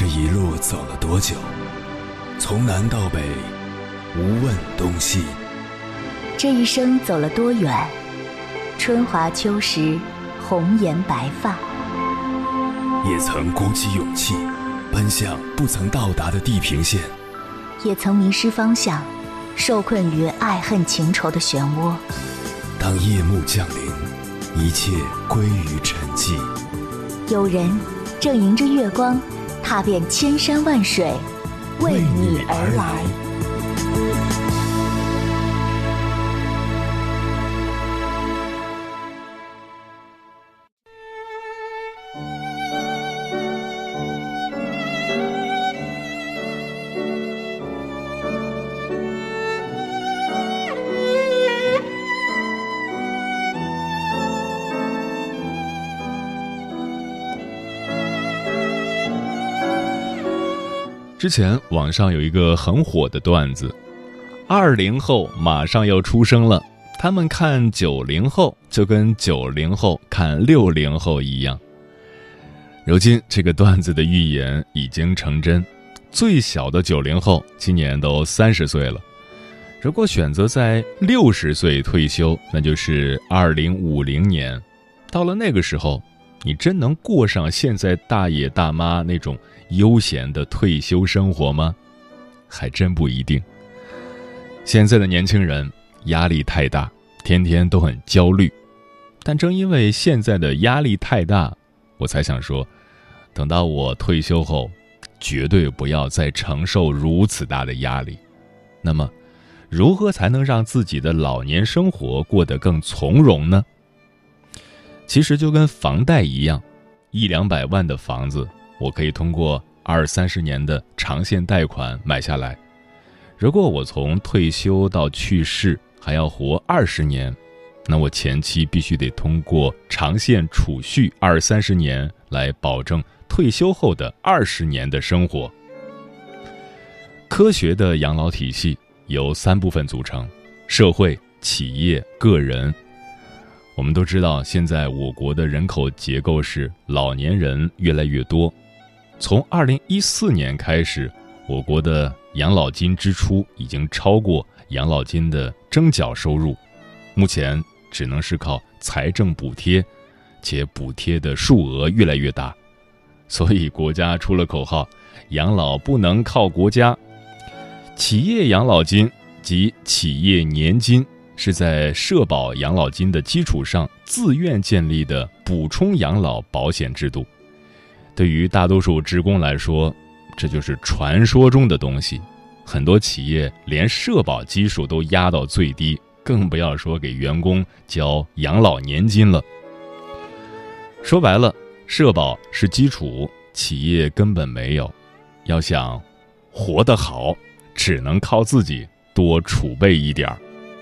这一路走了多久？从南到北，无问东西。 这一生走了多远？春华秋实，红颜白发。 也曾鼓起勇气，奔向不曾到达的地平线。 也曾迷失方向，受困于爱恨情仇的漩涡。 当夜幕降临，一切归于沉寂。 有人正迎着月光，踏遍千山万水，为你而来。 之前网上有一个很火的段子，20后马上要出生了，他们看90后就跟90后看60后一样。如今这个段子的预言已经成真，最小的90后今年都30岁了。如果选择在60岁退休，那就是2050年。到了那个时候，你真能过上现在大爷大妈那种悠闲的退休生活吗？还真不一定。现在的年轻人压力太大，天天都很焦虑。但正因为现在的压力太大，我才想说，等到我退休后，绝对不要再承受如此大的压力。那么，如何才能让自己的老年生活过得更从容呢？其实就跟房贷一样，100-200万的房子，我可以通过20-30年的长线贷款买下来。如果我从退休到去世还要活20年，那我前期必须得通过长线储蓄20-30年来保证退休后的20年的生活。科学的养老体系由3部分组成：社会、企业、个人。我们都知道，现在我国的人口结构是老年人越来越多。从2014年开始，我国的养老金支出已经超过养老金的征缴收入，目前只能是靠财政补贴，且补贴的数额越来越大。所以国家出了口号，养老不能靠国家。企业养老金及企业年金是在社保养老金的基础上自愿建立的补充养老保险制度。对于大多数职工来说，这就是传说中的东西。很多企业连社保基数都压到最低，更不要说给员工交养老年金了。说白了，社保是基础，企业根本没有。要想活得好，只能靠自己多储备一点儿。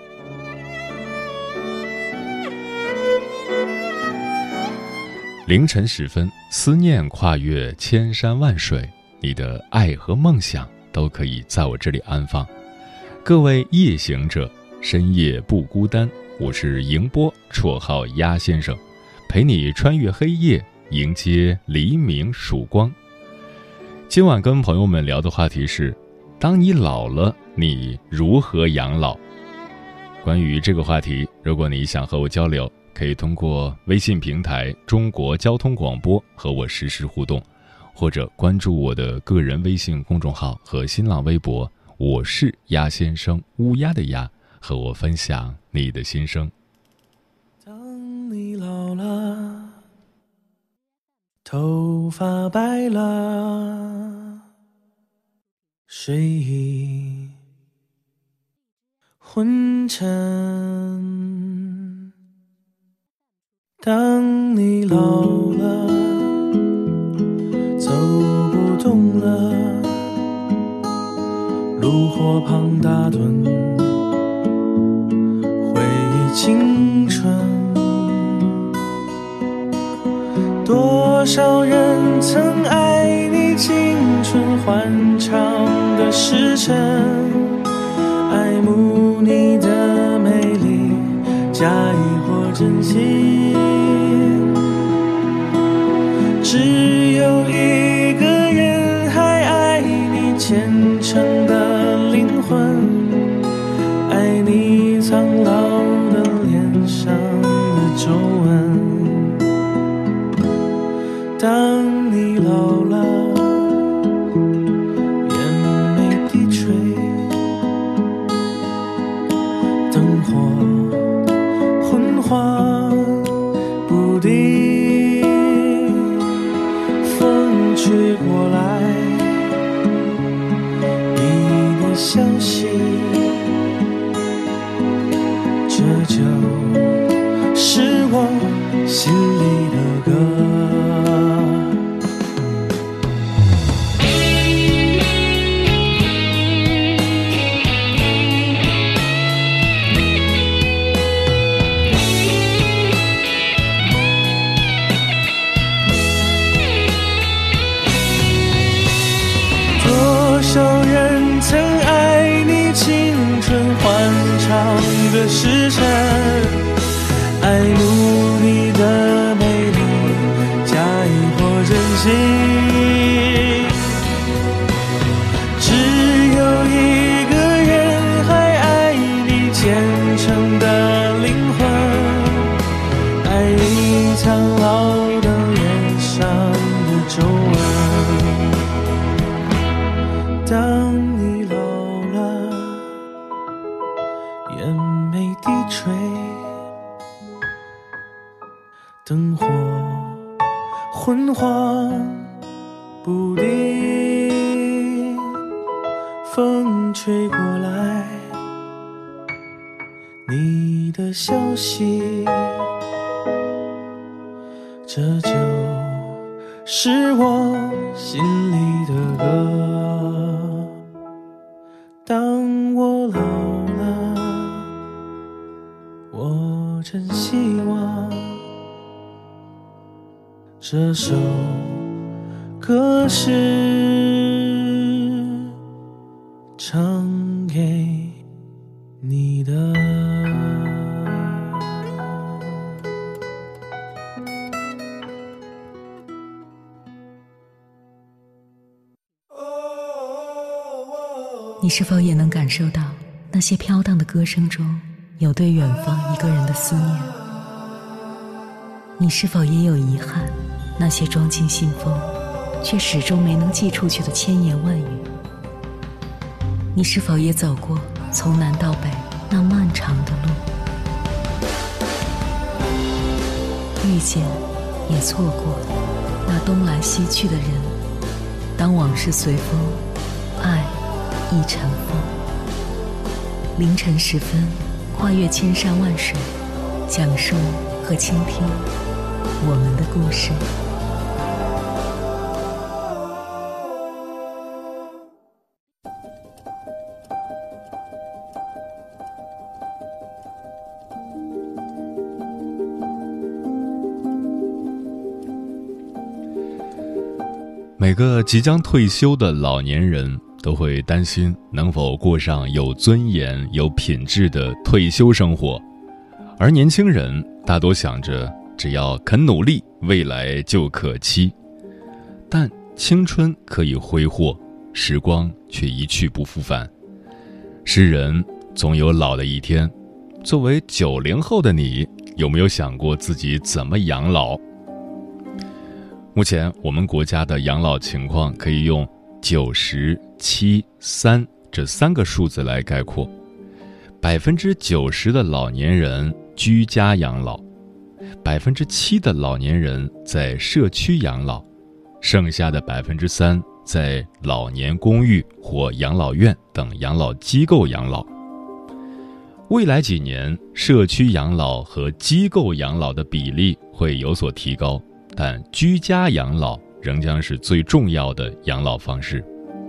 凌晨时分，思念跨越千山万水，你的爱和梦想都可以在我这里安放。各位夜行者，深夜不孤单，我是迎波，绰号鸭先生，陪你穿越黑夜，迎接黎明曙光。今晚跟朋友们聊的话题是，当你老了，你如何养老？关于这个话题，如果你想和我交流，可以通过微信平台中国交通广播和我实时互动，或者关注我的个人微信公众号和新浪微博，我是鸭先生，乌鸦的鸦，和我分享你的心声。 当你老了，头发白了，睡意昏沉。当你老了，走不动了，炉火旁打盹，回忆青春。多少人曾爱你青春欢畅的时辰，爱慕你的美丽，假意或真心。只有一个人还当你老了，眼眉低垂，灯火昏黄不定，风吹过来，你的消息，这就是我心里的歌。多少人曾爱你青春欢畅的时辰，爱慕你的美丽，假意或真心。只有一个人还爱你虔诚的灵魂，爱你苍老的脸上的皱纹。当你老了，眼眉低垂，灯火昏黄不定，风吹过来，你的消息，这就是我心里的歌。当我老了，我真希望这首歌是唱给你的。 你是否也能感受到那些飘荡的歌声中有对远方一个人的思念？你是否也有遗憾，那些装进信封却始终没能寄出去的千言万语？你是否也走过从南到北那漫长的路？遇见也错过那东来西去的人，当往事随风，爱一尘封。凌晨时分，跨越千山万水，讲述和倾听我们的故事。 每个即将退休的老年人都会担心能否过上有尊严、有品质的退休生活，而年轻人大多想着只要肯努力，未来就可期。但青春可以挥霍，时光却一去不复返。是人总有老的一天。作为90后的你，有没有想过自己怎么养老？目前我们国家的养老情况可以用90、7、3这3个数字来概括。90%的老年人居家养老，7%的老年人在社区养老，剩下的3%在老年公寓或养老院等养老机构养老。未来几年，社区养老和机构养老的比例会有所提高，但居家养老仍将是最重要的养老方式。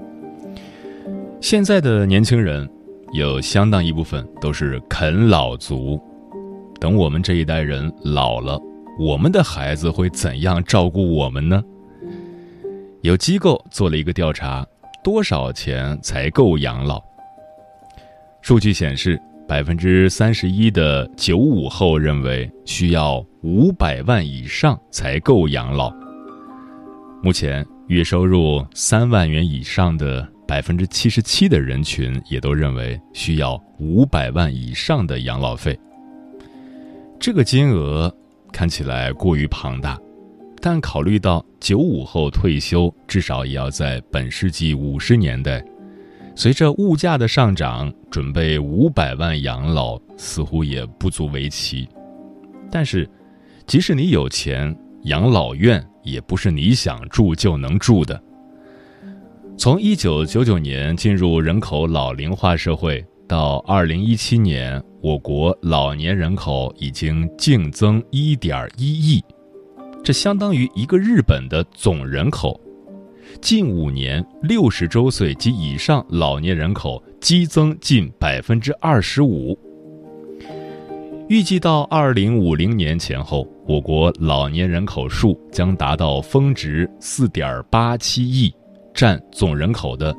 现在的年轻人有相当一部分都是啃老族，等我们这一代人老了，我们的孩子会怎样照顾我们呢？有机构做了一个调查，多少钱才够养老？数据显示，31%的95后认为需要500万以上才够养老。目前，月收入3万元以上的77%的人群也都认为需要500万以上的养老费。这个金额看起来过于庞大， 但考虑到95后退休至少也要在本世纪50年代，随着物价的上涨，准备500万养老似乎也不足为奇。但是即使你有钱，养老院也不是你想住就能住的。从1999年进入人口老龄化社会到2017年，我国老年人口已经净增 1.1 亿，这相当于一个日本的总人口。近5年60周岁及以上老年人口激增近 25%。预计到2050年前后，我国老年人口数将达到峰值 4.87 亿，占总人口的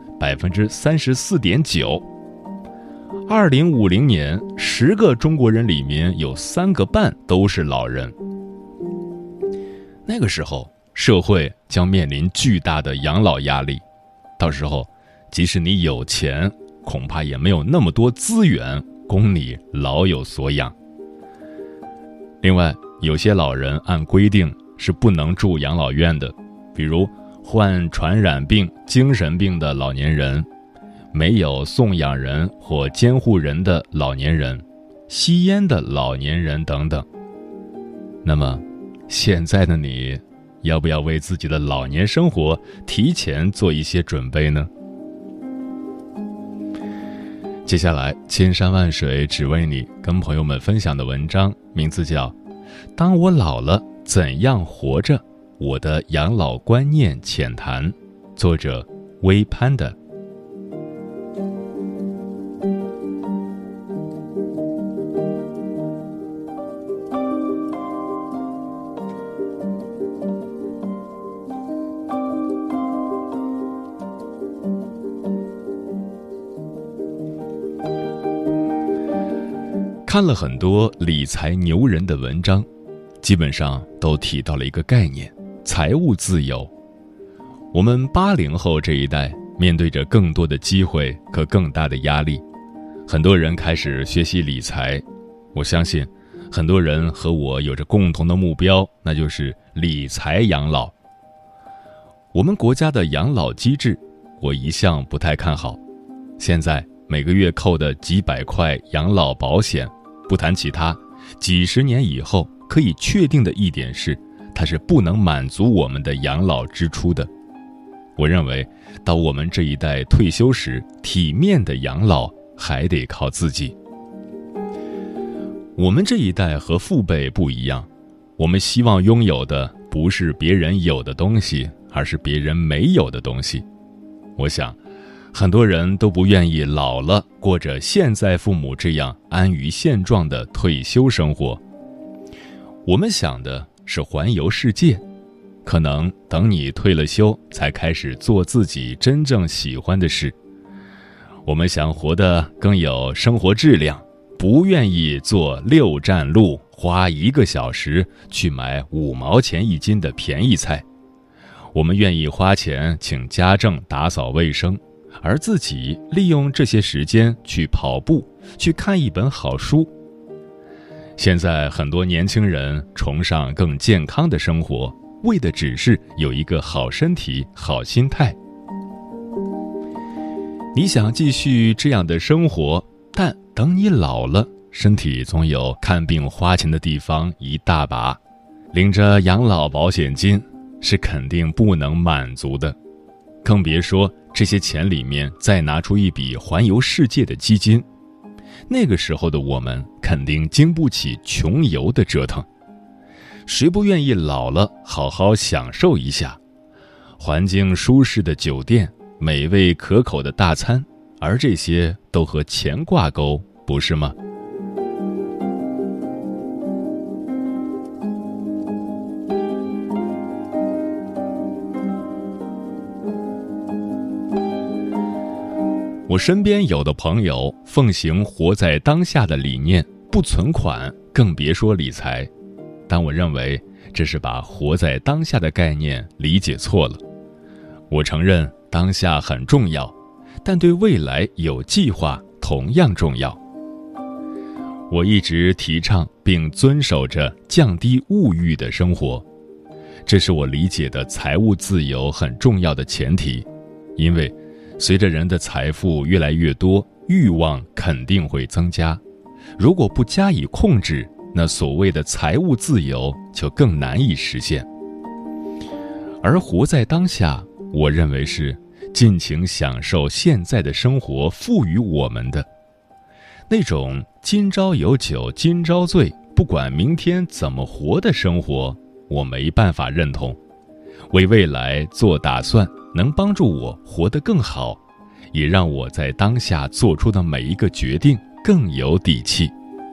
34.9%。2050年，10个中国人里面有3个半都是老人。那个时候，社会将面临巨大的养老压力，到时候，即使你有钱，恐怕也没有那么多资源供你老有所养。另外，有些老人按规定是不能住养老院的，比如患传染病、精神病的老年人，没有送养人或监护人的老年人，吸烟的老年人等等。那么，现在的你，要不要为自己的老年生活提前做一些准备呢？接下来，千山万水只为你，跟朋友们分享的文章名字叫《当我老了，怎样活着？我的养老观念浅谈》，作者微潘的。看了很多理财牛人的文章，基本上都提到了一个概念：财务自由。我们80后这一代面对着更多的机会和更大的压力，很多人开始学习理财。我相信很多人和我有着共同的目标，那就是理财养老。我们国家的养老机制，我一向不太看好。现在每个月扣的几百块养老保险，不谈其他，几十年以后可以确定的一点是，它是不能满足我们的养老支出的。我认为，到我们这一代退休时，体面的养老还得靠自己。我们这一代和父辈不一样，我们希望拥有的不是别人有的东西，而是别人没有的东西。我想，很多人都不愿意老了过着现在父母这样安于现状的退休生活。我们想的是环游世界，可能等你退了休才开始做自己真正喜欢的事。我们想活得更有生活质量，不愿意坐6站路，花1个小时去买5毛钱1斤的便宜菜。我们愿意花钱请家政打扫卫生，而自己利用这些时间去跑步，去看一本好书。现在很多年轻人崇尚更健康的生活，为的只是有一个好身体、好心态。你想继续这样的生活，但等你老了，身体总有看病花钱的地方一大把，领着养老保险金是肯定不能满足的，更别说这些钱里面再拿出一笔环游世界的基金。那个时候的我们肯定经不起穷游的折腾。谁不愿意老了好好享受一下环境舒适的酒店、美味可口的大餐，而这些都和钱挂钩，不是吗？我身边有的朋友奉行活在当下的理念，不存款，更别说理财。但我认为这是把活在当下的概念理解错了。我承认当下很重要，但对未来有计划同样重要。我一直提倡并遵守着降低物欲的生活。 这是我理解的财务自由很重要的前提，因为随着人的财富越来越多，欲望肯定会增加。如果不加以控制，那所谓的财务自由就更难以实现。而活在当下，我认为是尽情享受现在的生活赋予我们的那种今朝有酒今朝醉，不管明天怎么活的生活，我没办法认同。为未来做打算，能帮助我活得更好，也让我在当下做出的每一个决定更有底气。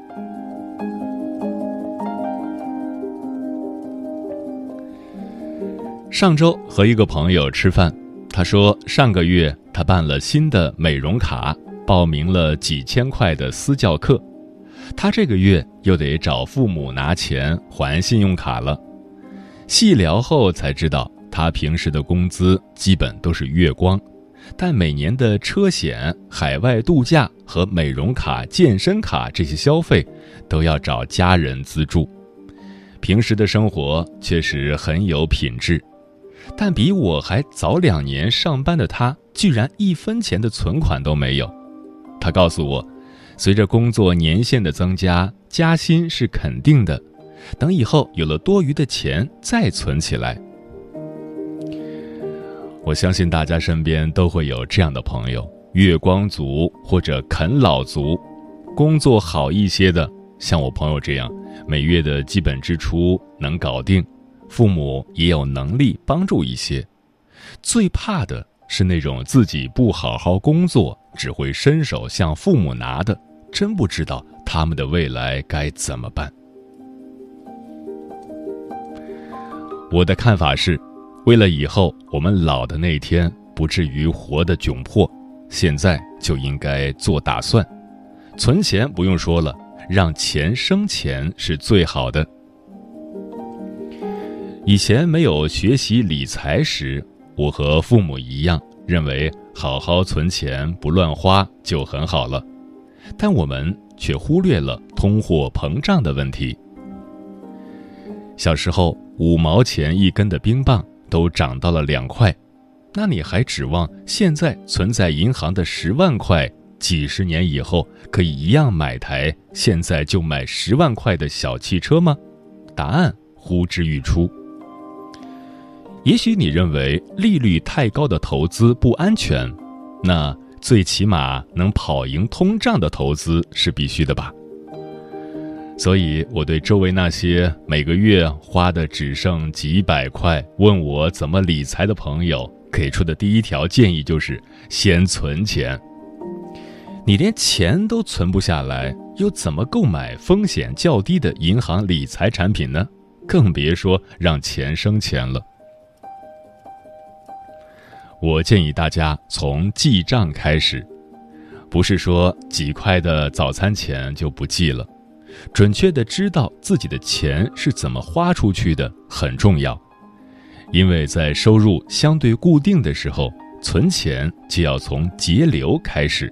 上周和一个朋友吃饭，他说上个月他办了新的美容卡，报名了几千块的私教课，他这个月又得找父母拿钱还信用卡了。细聊后才知道，他平时的工资基本都是月光，但每年的车险、海外度假和美容卡、健身卡这些消费都要找家人资助。平时的生活确实很有品质，但比我还早2年上班的他，居然1分钱的存款都没有。他告诉我，随着工作年限的增加，加薪是肯定的，等以后有了多余的钱再存起来。我相信大家身边都会有这样的朋友，月光族或者啃老族。工作好一些的，像我朋友这样，每月的基本支出能搞定，父母也有能力帮助一些。最怕的是那种自己不好好工作，只会伸手向父母拿的，真不知道他们的未来该怎么办。我的看法是，为了以后我们老的那天不至于活得窘迫，现在就应该做打算。存钱不用说了，让钱生钱是最好的。以前没有学习理财时，我和父母一样，认为好好存钱不乱花就很好了，但我们却忽略了通货膨胀的问题。小时候5毛钱1根的冰棒都涨到了2块，那你还指望现在存在银行的10万块，几十年以后可以一样买台现在就买10万块的小汽车吗？答案呼之欲出。也许你认为利率太高的投资不安全，那最起码能跑赢通胀的投资是必须的吧。所以我对周围那些每个月花的只剩几百块问我怎么理财的朋友，给出的第一条建议就是先存钱。你连钱都存不下来，又怎么购买风险较低的银行理财产品呢？更别说让钱生钱了。我建议大家从记账开始，不是说几块的早餐钱就不记了，准确地知道自己的钱是怎么花出去的很重要。因为在收入相对固定的时候，存钱就要从节流开始。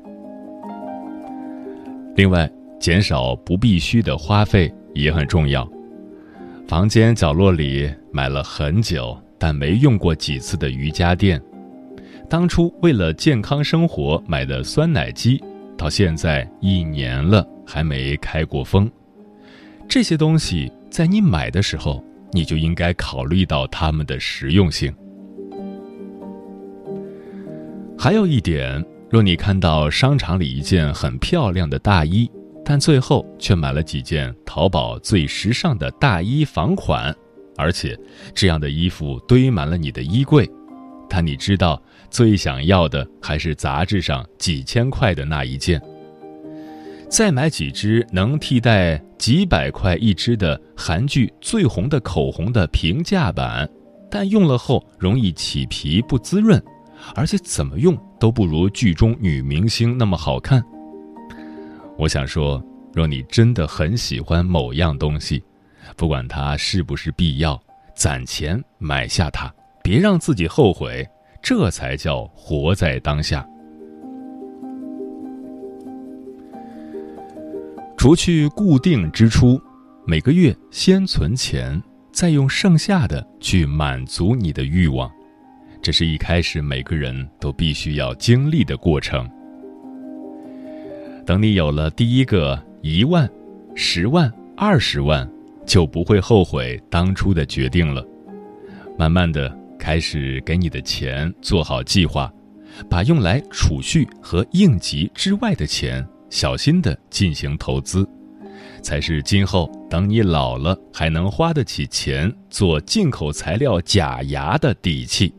另外，减少不必须的花费也很重要。房间角落里买了很久但没用过几次的瑜伽垫，当初为了健康生活买的酸奶机，到现在1年了还没开过封。这些东西在你买的时候，你就应该考虑到它们的实用性。还有一点，若你看到商场里一件很漂亮的大衣，但最后却买了几件淘宝最时尚的大衣仿款，而且这样的衣服堆满了你的衣柜，但你知道最想要的还是杂志上几千块的那一件。再买几支能替代几百块一支的韩剧最红的口红的平价版，但用了后容易起皮不滋润，而且怎么用都不如剧中女明星那么好看。我想说，若你真的很喜欢某样东西，不管它是不是必要，攒钱买下它，别让自己后悔，这才叫活在当下。除去固定支出，每个月先存钱， 再用剩下的去满足你的欲望。这是一开始每个人都必须要经历的过程。等你有了第一个1万、10万、20万，就不会后悔当初的决定了。慢慢的开始给你的钱做好计划，把用来储蓄和应急之外的钱小心地进行投资，才是今后等你老了还能花得起钱做进口材料假牙的底气。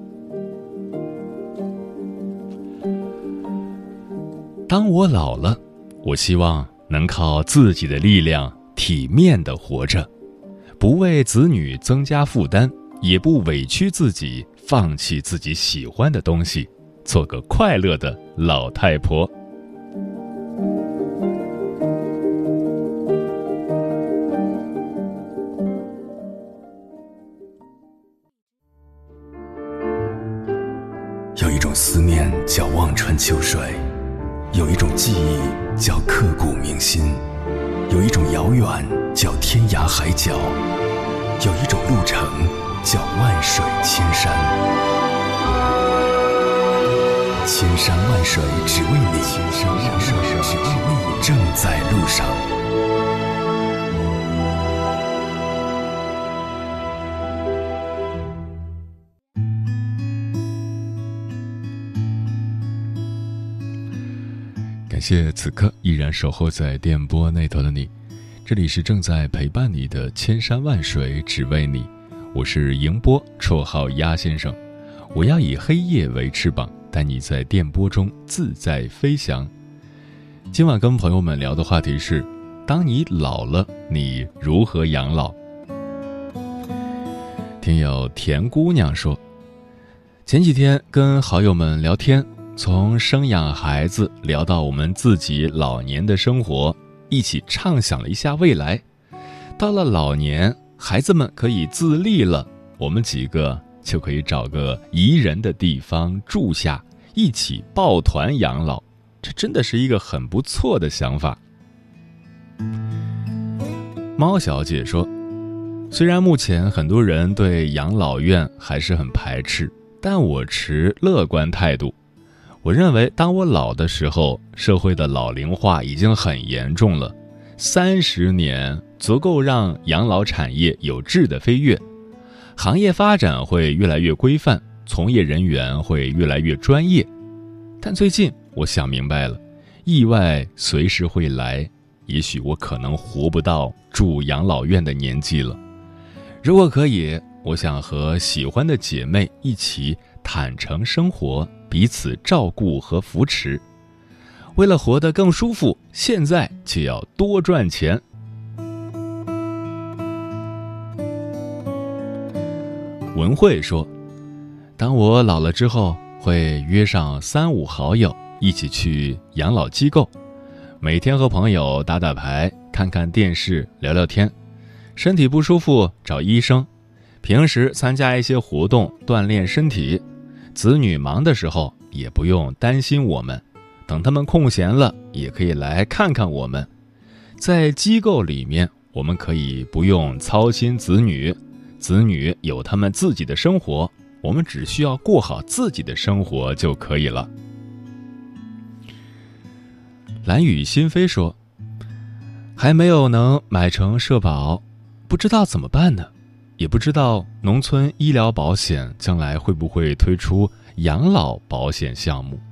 当我老了，我希望能靠自己的力量体面地活着，不为子女增加负担，也不委屈自己放弃自己喜欢的东西，做个快乐的老太婆。 有一种思念叫望穿秋水，有一种记忆叫刻骨铭心，有一种遥远叫天涯海角，有一种路程叫万水千山。千山万水只为你，千山万水只为你，正在路上。 感谢此刻依然守候在电波那头的你，这里是正在陪伴你的千山万水只为你，我是迎波，绰号鸭先生。我要以黑夜为翅膀，带你在电波中自在飞翔。今晚跟朋友们聊的话题是，当你老了，你如何养老？听友田姑娘说，前几天跟好友们聊天，从生养孩子聊到我们自己老年的生活，一起畅想了一下未来。到了老年，孩子们可以自立了，我们几个就可以找个宜人的地方住下，一起抱团养老，这真的是一个很不错的想法。猫小姐说，虽然目前很多人对养老院还是很排斥，但我持乐观态度。我认为当我老的时候，社会的老龄化已经很严重了，30年足够让养老产业有质的飞跃，行业发展会越来越规范，从业人员会越来越专业。但最近我想明白了，意外随时会来，也许我可能活不到住养老院的年纪了。如果可以，我想和喜欢的姐妹一起坦诚生活，彼此照顾和扶持。为了活得更舒服，现在就要多赚钱。文慧说，当我老了之后，会约上3、5好友一起去养老机构，每天和朋友打打牌，看看电视，聊聊天，身体不舒服找医生，平时参加一些活动锻炼身体，子女忙的时候也不用担心我们，等他们空闲了也可以来看看我们。在机构里面，我们可以不用操心子女，子女有他们自己的生活，我们只需要过好自己的生活就可以了。蓝雨心飞说，还没有能买成社保，不知道怎么办呢，也不知道农村医疗保险将来会不会推出养老保险项目。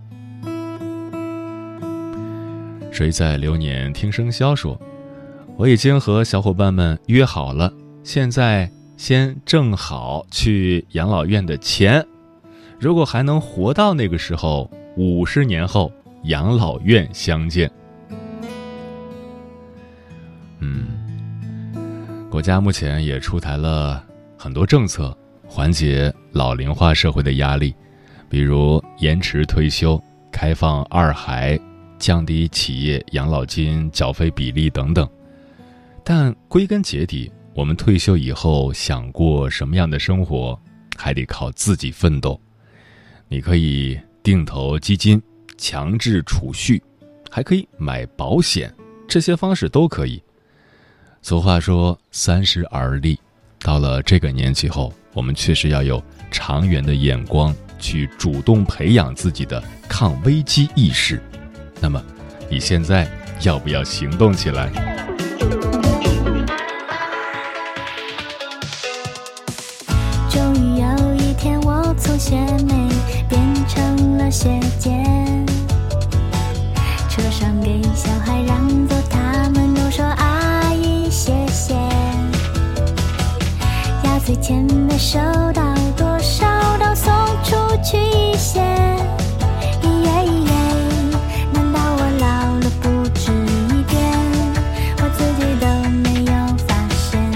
谁在流年听生肖说，我已经和小伙伴们约好了，现在先挣好去养老院的钱，如果还能活到那个时候，50年后养老院相见。国家目前也出台了很多政策，缓解老龄化社会的压力，比如延迟退休、开放2孩、降低企业养老金缴费比例等等。但归根结底，我们退休以后想过什么样的生活，还得靠自己奋斗。你可以定投基金、强制储蓄，还可以买保险，这些方式都可以。俗话说30而立， 到了这个年纪后，我们确实要有长远的眼光，去主动培养自己的抗危机意识。那么，你现在要不要行动起来？ 终于有一天，我从学妹变成了学姐，车上给小孩让座，他们都说阿姨谢谢。压岁钱没收到，多少都送出去一些。难道我老了不止一点，我自己都没有发现。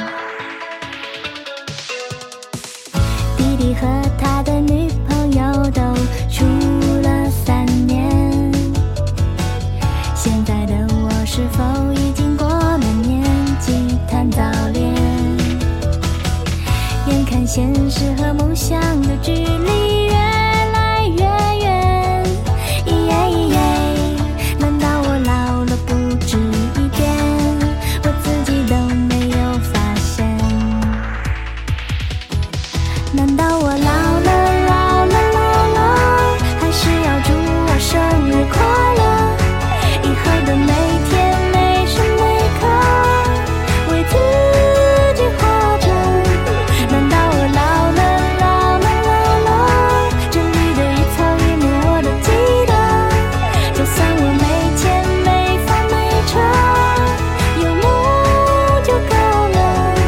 弟弟和他的女朋友都处了3年，现在的我是否已经过了年纪谈早恋？眼看现实和梦想的距离越来越远，难道我老了不止一点，我自己都没有发现？难道我老了，还是要祝我生日快乐？以后的每天每时每刻为自己活着。难道我老了，这里的一草一木我都记得。就算我没钱没房没车，有梦就够了。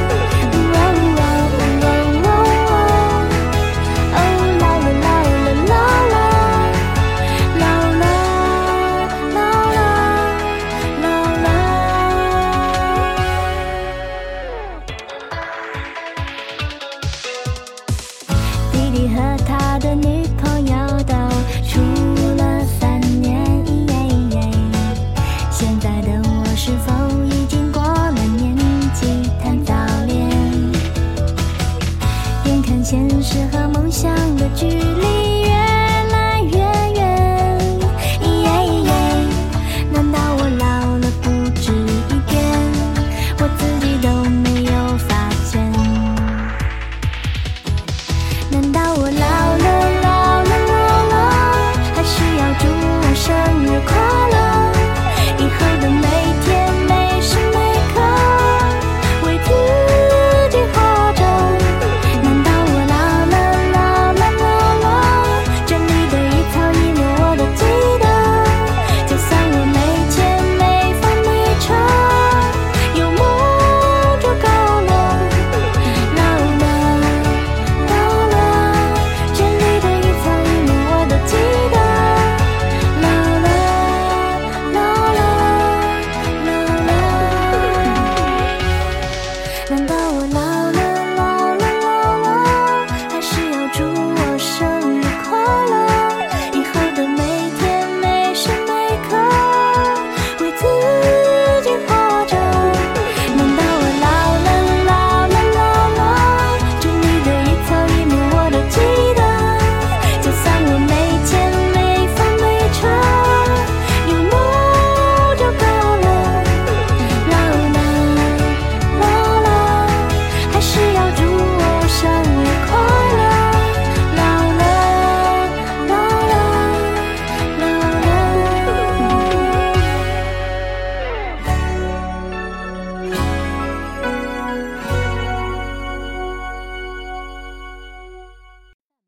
弟弟和他的女朋友都处了3年，现在的我是否已经过了年纪谈早恋？眼看现实和梦想的距离